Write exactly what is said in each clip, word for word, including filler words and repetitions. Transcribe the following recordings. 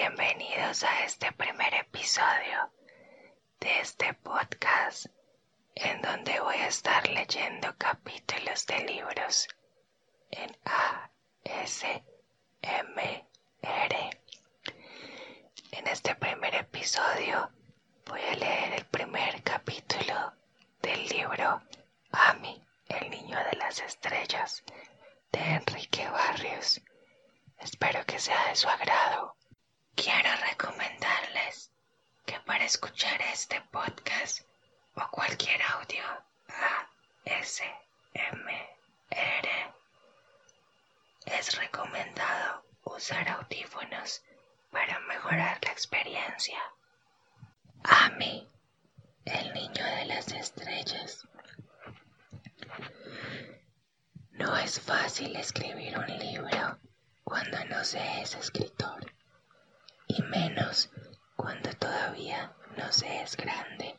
Bienvenidos a este primer episodio de este podcast en donde voy a estar leyendo capítulos de libros en A S M R. En este primer episodio voy a leer el primer capítulo del libro Amy, el niño de las estrellas, de Enrique Barrios. Espero que sea de su agrado. Quiero recomendarles que para escuchar este podcast o cualquier audio A S M R es recomendado usar audífonos para mejorar la experiencia. Amy, el niño de las estrellas. No es fácil escribir un libro cuando no se es escritor, y menos cuando todavía no se es grande.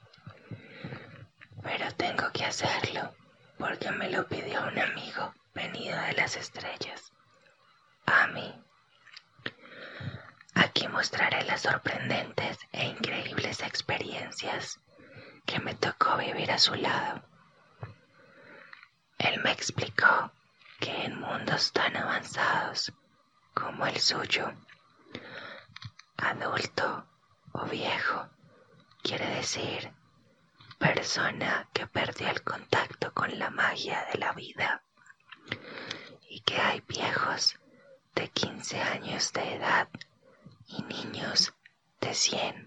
Pero tengo que hacerlo porque me lo pidió un amigo venido de las estrellas, Amy. Aquí mostraré las sorprendentes e increíbles experiencias que me tocó vivir a su lado. Él me explicó que en mundos tan avanzados como el suyo, adulto o viejo quiere decir persona que perdió el contacto con la magia de la vida, y que hay viejos de quince años de edad y niños de cien.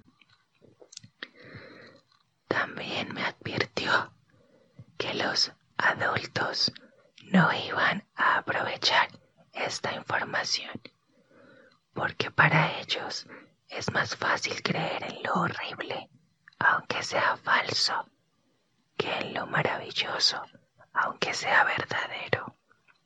También me advirtió que los adultos no iban a aprovechar esta información, porque para ellos es más fácil creer en lo horrible, aunque sea falso, que en lo maravilloso, aunque sea verdadero.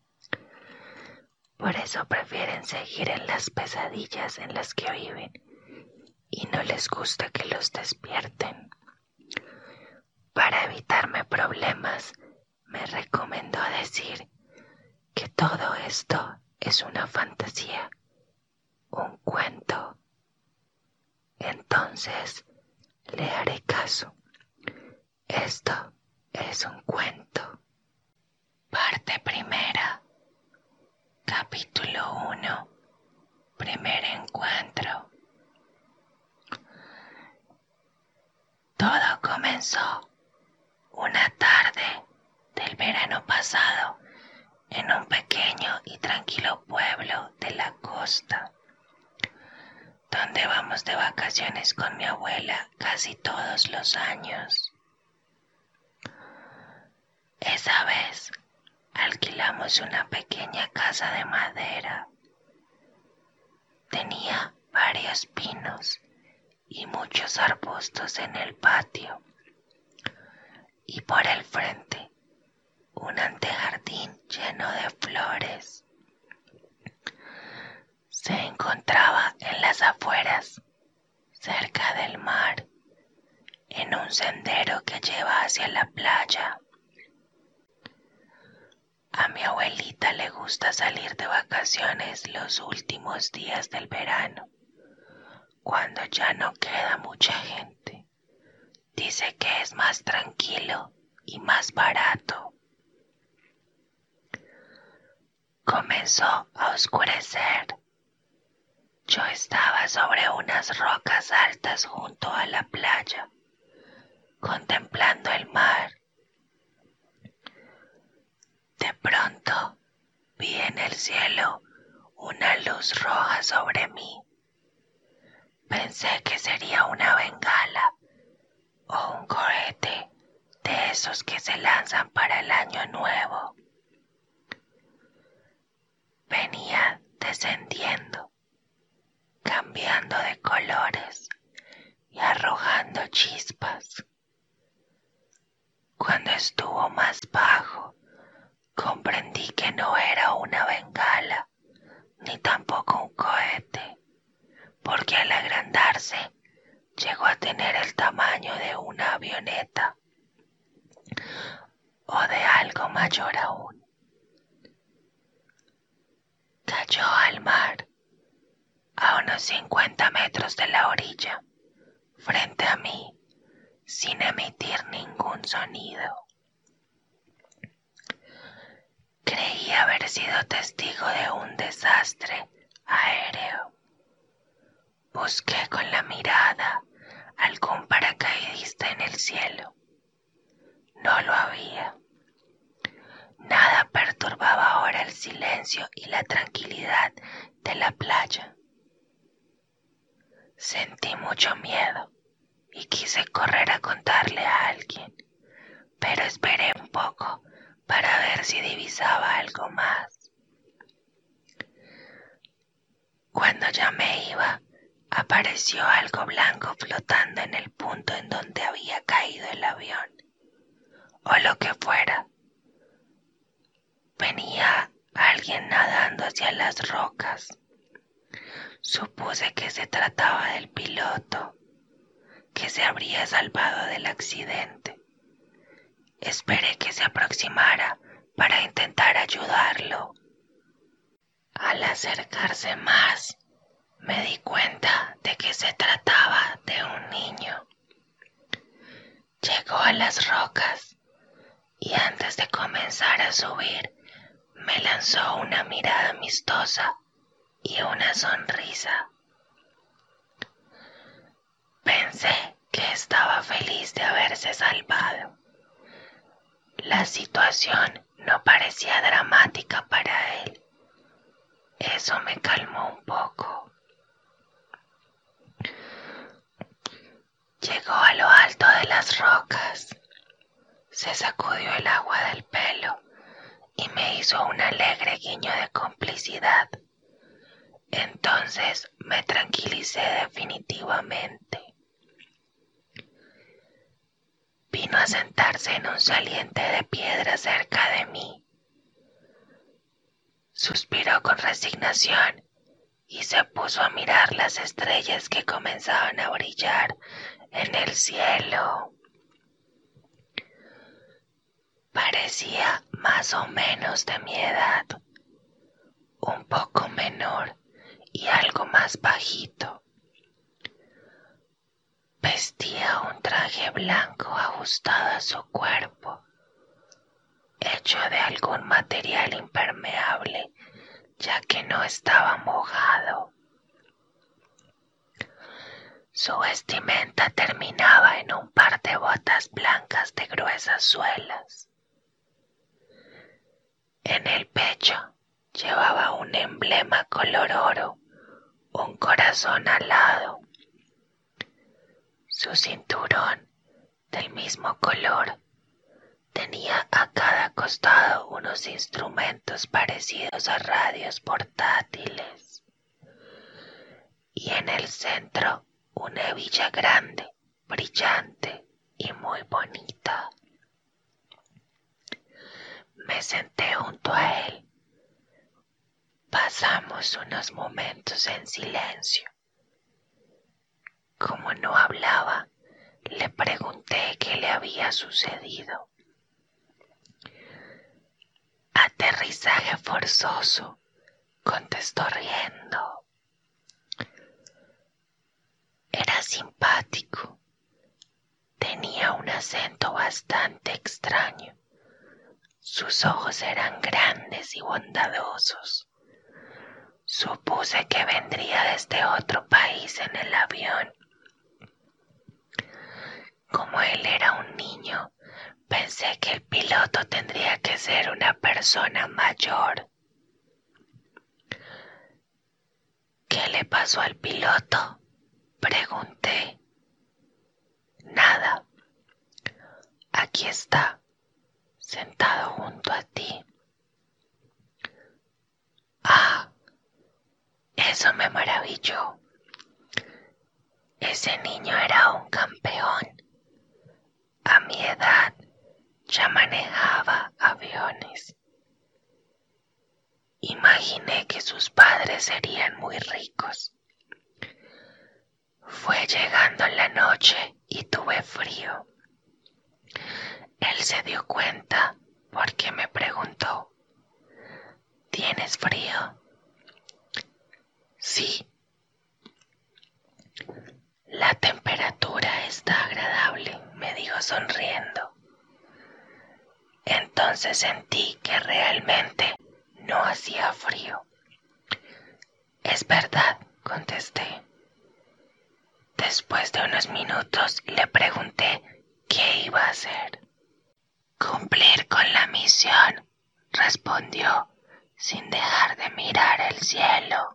Por eso prefieren seguir en las pesadillas en las que viven y no les gusta que los despierten. Para evitarme problemas, me recomendó decir que todo esto es una fantasía, un cuento. Entonces le haré caso. Esto es un cuento. Parte primera. Capítulo uno. Primer encuentro. Todo comenzó una tarde del verano pasado en un pequeño y tranquilo pueblo de la costa, donde vamos de vacaciones con mi abuela casi todos los años. Esa vez alquilamos una pequeña casa de madera. Tenía varios pinos y muchos arbustos en el patio, y por el frente un antejardín lleno de flores. Se encontraba en las afueras, cerca del mar, en un sendero que lleva hacia la playa. A mi abuelita le gusta salir de vacaciones los últimos días del verano, cuando ya no queda mucha gente. Dice que es más tranquilo y más barato. Comenzó a oscurecer. Yo estaba sobre unas rocas altas junto a la playa, contemplando el mar. De pronto vi en el cielo una luz roja sobre mí. Pensé que sería una bengala o un cohete de esos que se lanzan para el año nuevo. Venía descendiendo, cambiando de colores y arrojando chispas. Cuando estuvo más bajo, comprendí que no era una bengala, ni tampoco un cohete, porque al agrandarse llegó a tener el tamaño de una avioneta, o de algo mayor aún. Cayó al mar, a unos unos cincuenta metros de la orilla, frente a mí, sin emitir ningún sonido. Creí haber sido testigo de un desastre aéreo. Busqué con la mirada algún paracaidista en el cielo. No lo había. Nada perturbaba ahora el silencio y la tranquilidad de la playa. Sentí mucho miedo y quise correr a contarle a alguien, pero esperé un poco para ver si divisaba algo más. Cuando ya me iba, apareció algo blanco flotando en el punto en donde había caído el avión, o lo que fuera. Venía alguien nadando hacia las rocas. Supuse que se trataba del piloto, que se habría salvado del accidente. Esperé que se aproximara para intentar ayudarlo. Al acercarse más, me di cuenta de que se trataba de un niño. Llegó a las rocas y antes de comenzar a subir, me lanzó una mirada amistosa y una sonrisa. Pensé que estaba feliz de haberse salvado. La situación no parecía dramática para él. Eso me calmó un poco. Llegó a lo alto de las rocas. Se sacudió el agua del pelo y me hizo un alegre guiño de complicidad. Entonces me tranquilicé definitivamente. Vino a sentarse en un saliente de piedra cerca de mí. Suspiró con resignación y se puso a mirar las estrellas que comenzaban a brillar en el cielo. Parecía más o menos de mi edad, un poco menor y algo más bajito. Vestía un traje blanco ajustado a su cuerpo, hecho de algún material impermeable, ya que no estaba mojado. Su vestimenta terminaba en un par de botas blancas de gruesas suelas. En el pecho llevaba un emblema color oro, un corazón alado. Su cinturón, del mismo color, tenía a cada costado unos instrumentos parecidos a radios portátiles. Y en el centro una hebilla grande, brillante y muy bonita. Me senté junto a él. Pasamos unos momentos en silencio. Como no hablaba, le pregunté qué le había sucedido. Aterrizaje forzoso, contestó riendo. Era simpático. Tenía un acento bastante extraño. Sus ojos eran grandes y bondadosos. Supuse que vendría desde otro país en el avión. Como él era un niño, pensé que el piloto tendría que ser una persona mayor. ¿Qué le pasó al piloto?, pregunté. Nada. Aquí está, sentado junto a ti. Ah, eso me maravilló. Ese niño era un campeón. A mi edad ya manejaba aviones. Imaginé que sus padres serían muy ricos. Fue llegando la noche y tuve frío. Él se dio cuenta porque me preguntó: ¿Tienes frío? Sí, entonces sentí que realmente no hacía frío. Es verdad, contesté. Después de unos minutos le pregunté qué iba a hacer. Cumplir con la misión, respondió, sin dejar de mirar el cielo.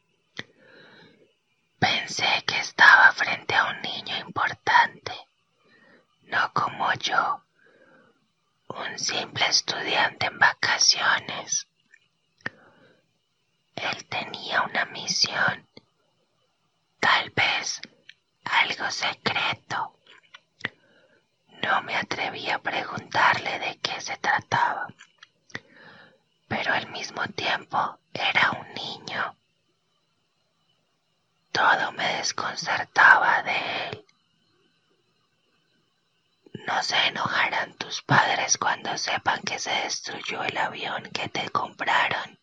Pensé que estaba frente a un niño importante, no como yo, un simple estudiante en vacaciones. Él tenía una misión, tal vez algo secreto. No me atreví a preguntarle de qué se trataba, pero al mismo tiempo era un niño. Todo me desconcertaba de él. No se enojarán tus padres cuando sepan que se destruyó el avión que te compraron.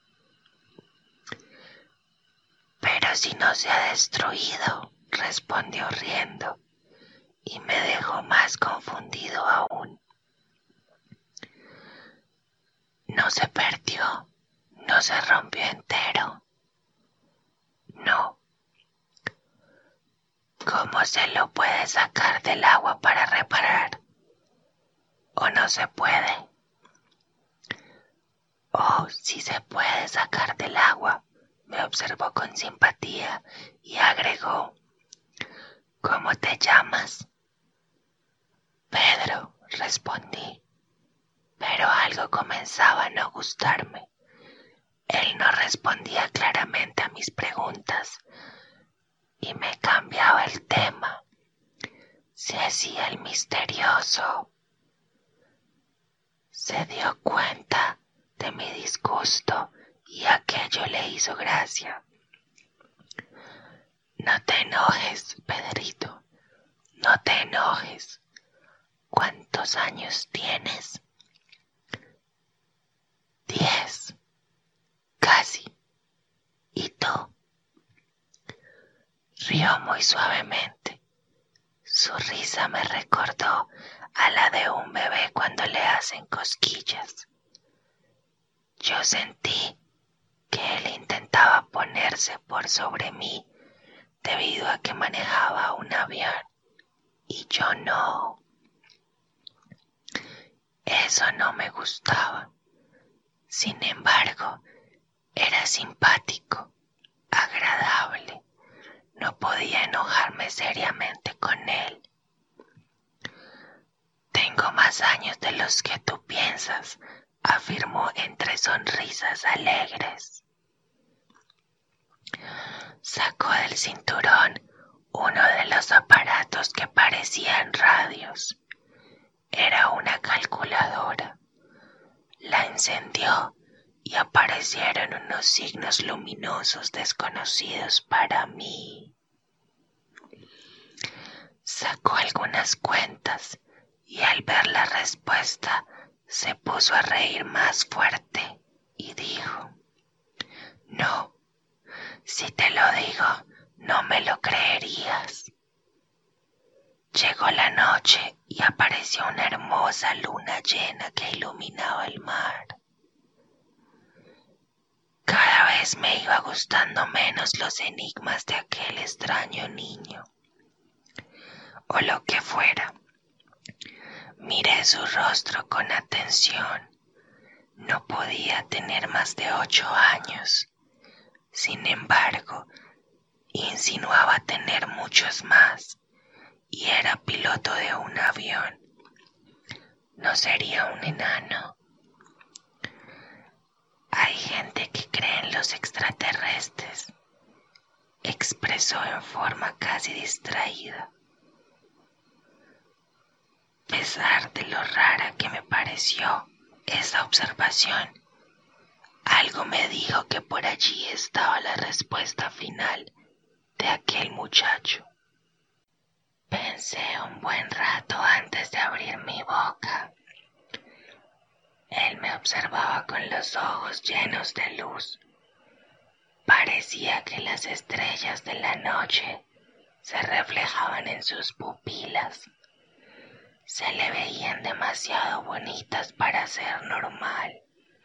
Pero si no se ha destruido, respondió riendo, y me dejó más confundido aún. No se perdió, no se rompió entero. No. ¿Cómo se lo puede sacar del agua para reparar? ¿O no se puede? Oh, sí se puede sacar del agua, me observó con simpatía y agregó, ¿cómo te llamas? Pedro, respondí, pero algo comenzaba a no gustarme. Él no respondía claramente a mis preguntas y me cambiaba el tema. Se hacía el misterioso. Se dio cuenta de mi disgusto y aquello le hizo gracia. No te enojes, Pedrito, no te enojes. ¿Cuántos años tienes? Diez. Casi. ¿Y tú? Rió muy suavemente. Su risa me recordó a la de un bebé cuando le hacen cosquillas. Yo sentí que él intentaba ponerse por sobre mí debido a que manejaba un avión y yo no. Eso no me gustaba. Sin embargo, era simpático, agradable. No podía enojarme seriamente con él. Tengo más años de los que tú piensas, afirmó entre sonrisas alegres. Sacó del cinturón uno de los aparatos que parecían radios. Era una calculadora. La encendió y aparecieron unos signos luminosos desconocidos para mí. Sacó algunas cuentas y al ver la respuesta se puso a reír más fuerte y dijo, no, si te lo digo, no me lo creerías. Llegó la noche y apareció una hermosa luna llena que iluminaba el mar. Cada vez me iba gustando menos los enigmas de aquel extraño niño, o lo que fuera. Miré su rostro con atención. No podía tener más de ocho años. Sin embargo, insinuaba tener muchos más, y era piloto de un avión. ¿No sería un enano? Hay gente que cree en los extraterrestres, expresó en forma casi distraída. A pesar de lo rara que me pareció esa observación, algo me dijo que por allí estaba la respuesta final de aquel muchacho. Pensé un buen rato antes de abrir mi boca. Él me observaba con los ojos llenos de luz. Parecía que las estrellas de la noche se reflejaban en sus pupilas. se le veían demasiado bonitas para ser normal.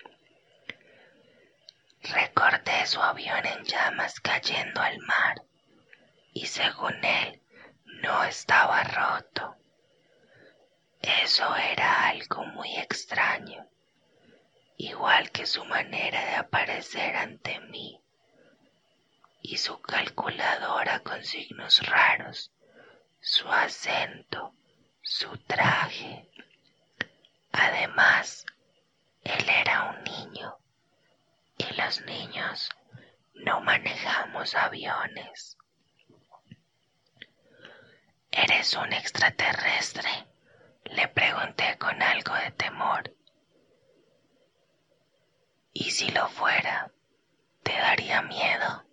Recordé su avión en llamas cayendo al mar y según él no estaba roto. Eso era algo muy extraño, igual que su manera de aparecer ante mí y su calculadora con signos raros, su acento, su traje. Además, él era un niño y los niños no manejamos aviones. ¿Eres un extraterrestre?, le pregunté con algo de temor. ¿Y si lo fuera, te daría miedo?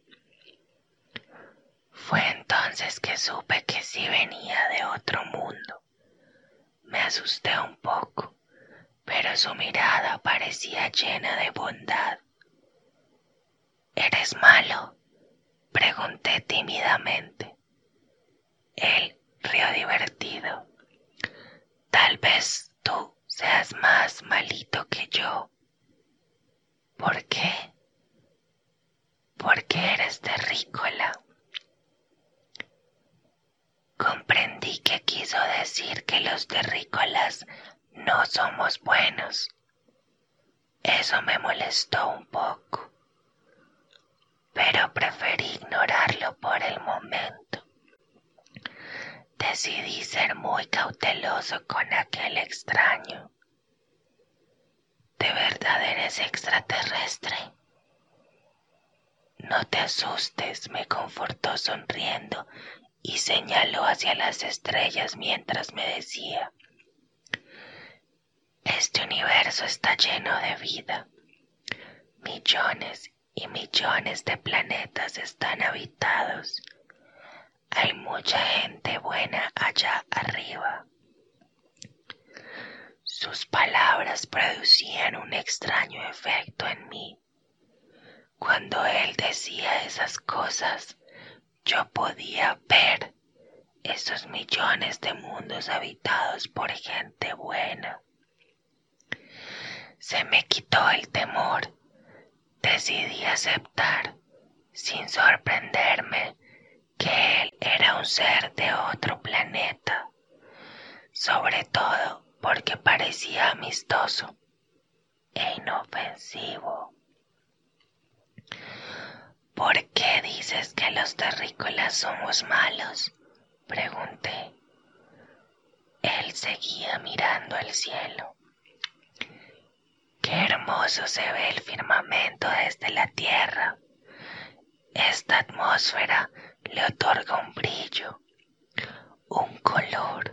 Fue entonces que supe que sí venía de otro mundo. Me asusté un poco, pero su mirada parecía llena de bondad. ¿Eres malo?, pregunté tímidamente. Él rió divertido. Tal vez tú seas más malito que yo. ¿Por qué? Porque eres terrícola. Comprendí que quiso decir que los terrícolas no somos buenos. Eso me molestó un poco, pero preferí ignorarlo por el momento. Decidí ser muy cauteloso con aquel extraño. ¿De verdad eres extraterrestre? No te asustes, me confortó sonriendo y señaló hacia las estrellas mientras me decía: este universo está lleno de vida. Millones y millones de planetas están habitados. Hay mucha gente buena allá arriba. Sus palabras producían un extraño efecto en mí. Cuando él decía esas cosas, yo podía ver esos millones de mundos habitados por gente buena. Se me quitó el temor. Decidí aceptar, sin sorprenderme, que él era un ser de otro planeta, sobre todo porque parecía amistoso e inofensivo. ¿Por qué dices que los terrícolas somos malos?, pregunté. Él seguía mirando el cielo. Qué hermoso se ve el firmamento desde la tierra. Esta atmósfera le otorga un brillo, un color.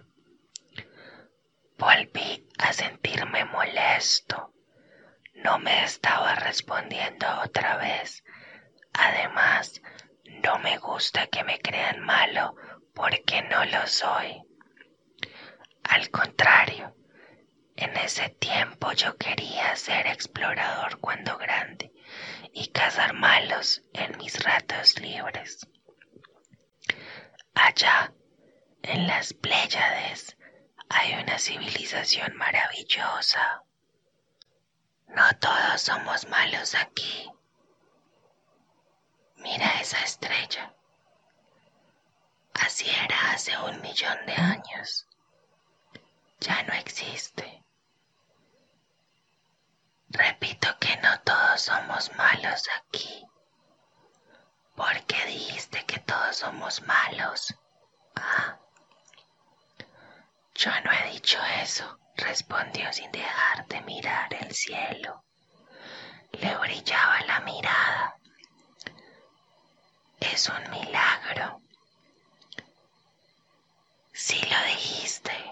Volví a sentirme molesto. No me estaba respondiendo otra vez. Además, no me gusta que me crean malo porque no lo soy. Al contrario, en ese tiempo yo quería ser explorador cuando grande y cazar malos en mis ratos libres. Allá, en las Pléyades, hay una civilización maravillosa. No todos somos malos aquí. Mira esa estrella. Así era hace un millón de años. Ya no existe. Repito que no todos somos malos aquí. ¿Por qué dijiste que todos somos malos? Ah. Yo no he dicho eso, respondió sin dejar de mirar el cielo. Le brillaba la mirada. Es un milagro. Sí lo dijiste.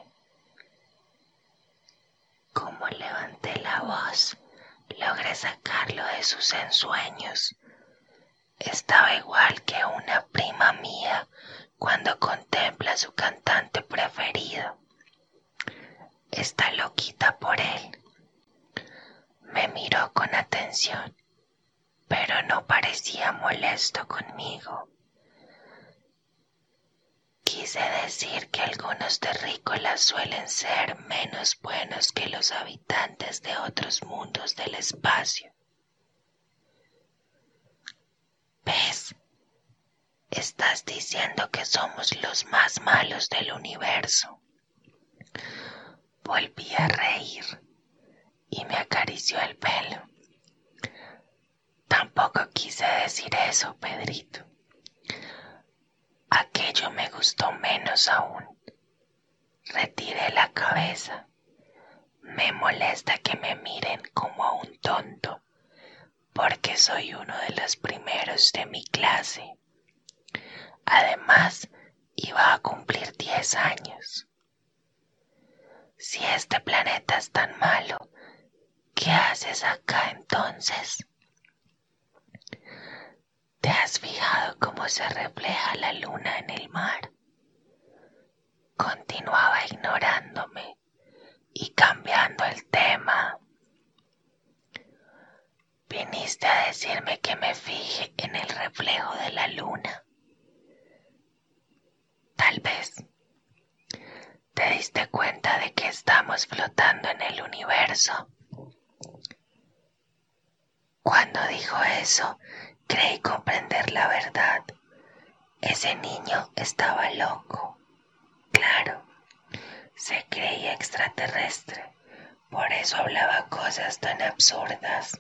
Como levanté la voz, logré sacarlo de sus ensueños. Estaba igual que una prima mía cuando contempla a su cantante preferido. Está loquita por él. Me miró con atención, pero no parecía molesto conmigo. quise decir que algunos terrícolas suelen ser menos buenos que los habitantes de otros mundos del espacio. ¿Ves? Estás diciendo que somos los más malos del universo. Volví a reír y me acarició el pelo. Tampoco quise decir eso, Pedrito. Aquello me gustó menos aún. Retiré la cabeza. Me molesta que me miren como a un tonto, porque soy uno de los primeros de mi clase. Además, iba a cumplir diez años. Si este planeta es tan malo, ¿qué haces acá entonces? ¿Te has fijado cómo se refleja la luna en el mar? Continuaba ignorándome y cambiando el tema. Viniste a decirme que me fije en el reflejo de la luna. Tal vez te diste cuenta de que estamos flotando en el universo. Cuando dijo eso, creí comprender la verdad. Ese niño estaba loco. Claro, se creía extraterrestre, por eso hablaba cosas tan absurdas.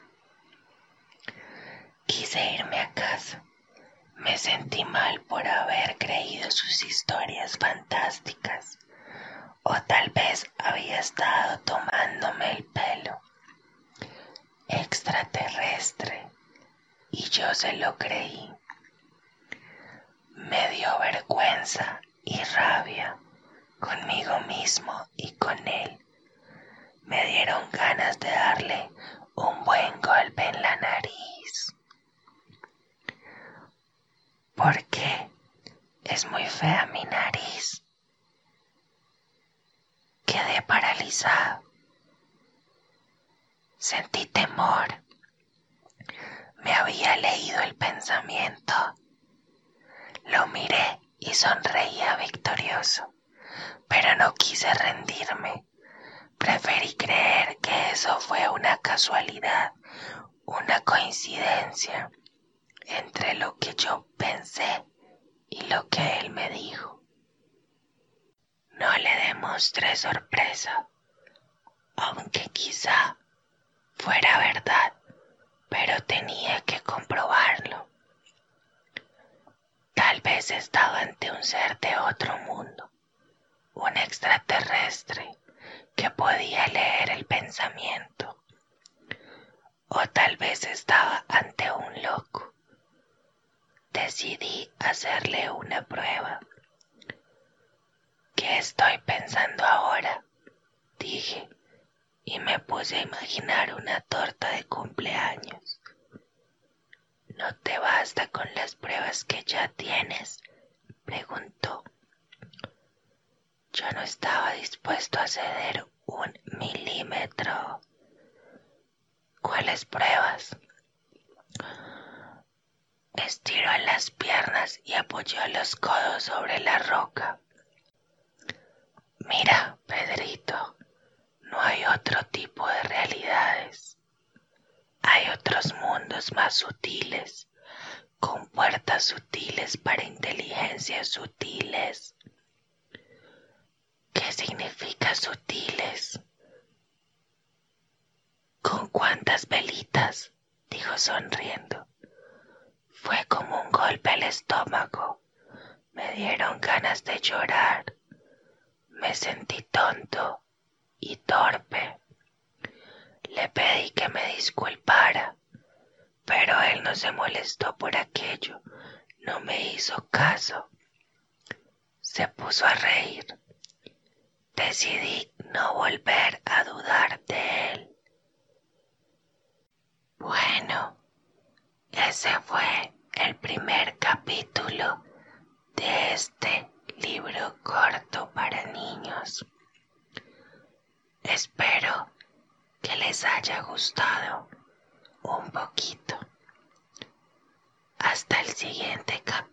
Quise irme a casa. Me sentí mal por haber creído sus historias fantásticas, o tal vez había estado tomándome el pelo. Extraterrestre, y yo se lo creí. Me dio vergüenza y rabia conmigo mismo y con él. Me dieron ganas de darle un buen golpe en la nariz. ¿Por qué? Es muy fea mi nariz. Quedé paralizado. Sentí temor. Me había leído el pensamiento. Lo miré y sonreía victorioso, pero no quise rendirme. Preferí creer que eso fue una casualidad, una coincidencia entre lo que yo pensé y lo que él me dijo. No le demostré sorpresa, aunque quizá fuera verdad, pero tenía que comprobarlo. Tal vez estaba ante un ser de otro mundo, un extraterrestre que podía leer el pensamiento. O tal vez estaba ante un loco. Decidí hacerle una prueba. ¿Qué estoy pensando ahora?, dije, y me puse a imaginar una torta de cumpleaños. ¿No te basta con las pruebas que ya tienes?, preguntó. Yo no estaba dispuesto a ceder un milímetro. ¿Cuáles pruebas? Estiró las piernas y apoyó los codos sobre la roca. Mira, Pedrito, no hay otro tipo de realidades. Hay otros mundos más sutiles, con puertas sutiles para inteligencias sutiles. ¿Qué significa sutiles? ¿Con cuántas velitas?, dijo sonriendo. Fue como un golpe al estómago. Me dieron ganas de llorar. Me sentí tonto y torpe. Le pedí que me disculpara, pero él no se molestó por aquello. No me hizo caso. Se puso a reír. Decidí no volver a dudar de él. Bueno, ese fue el primer capítulo de este libro corto para niños. Espero que les haya gustado un poquito. Hasta el siguiente capítulo.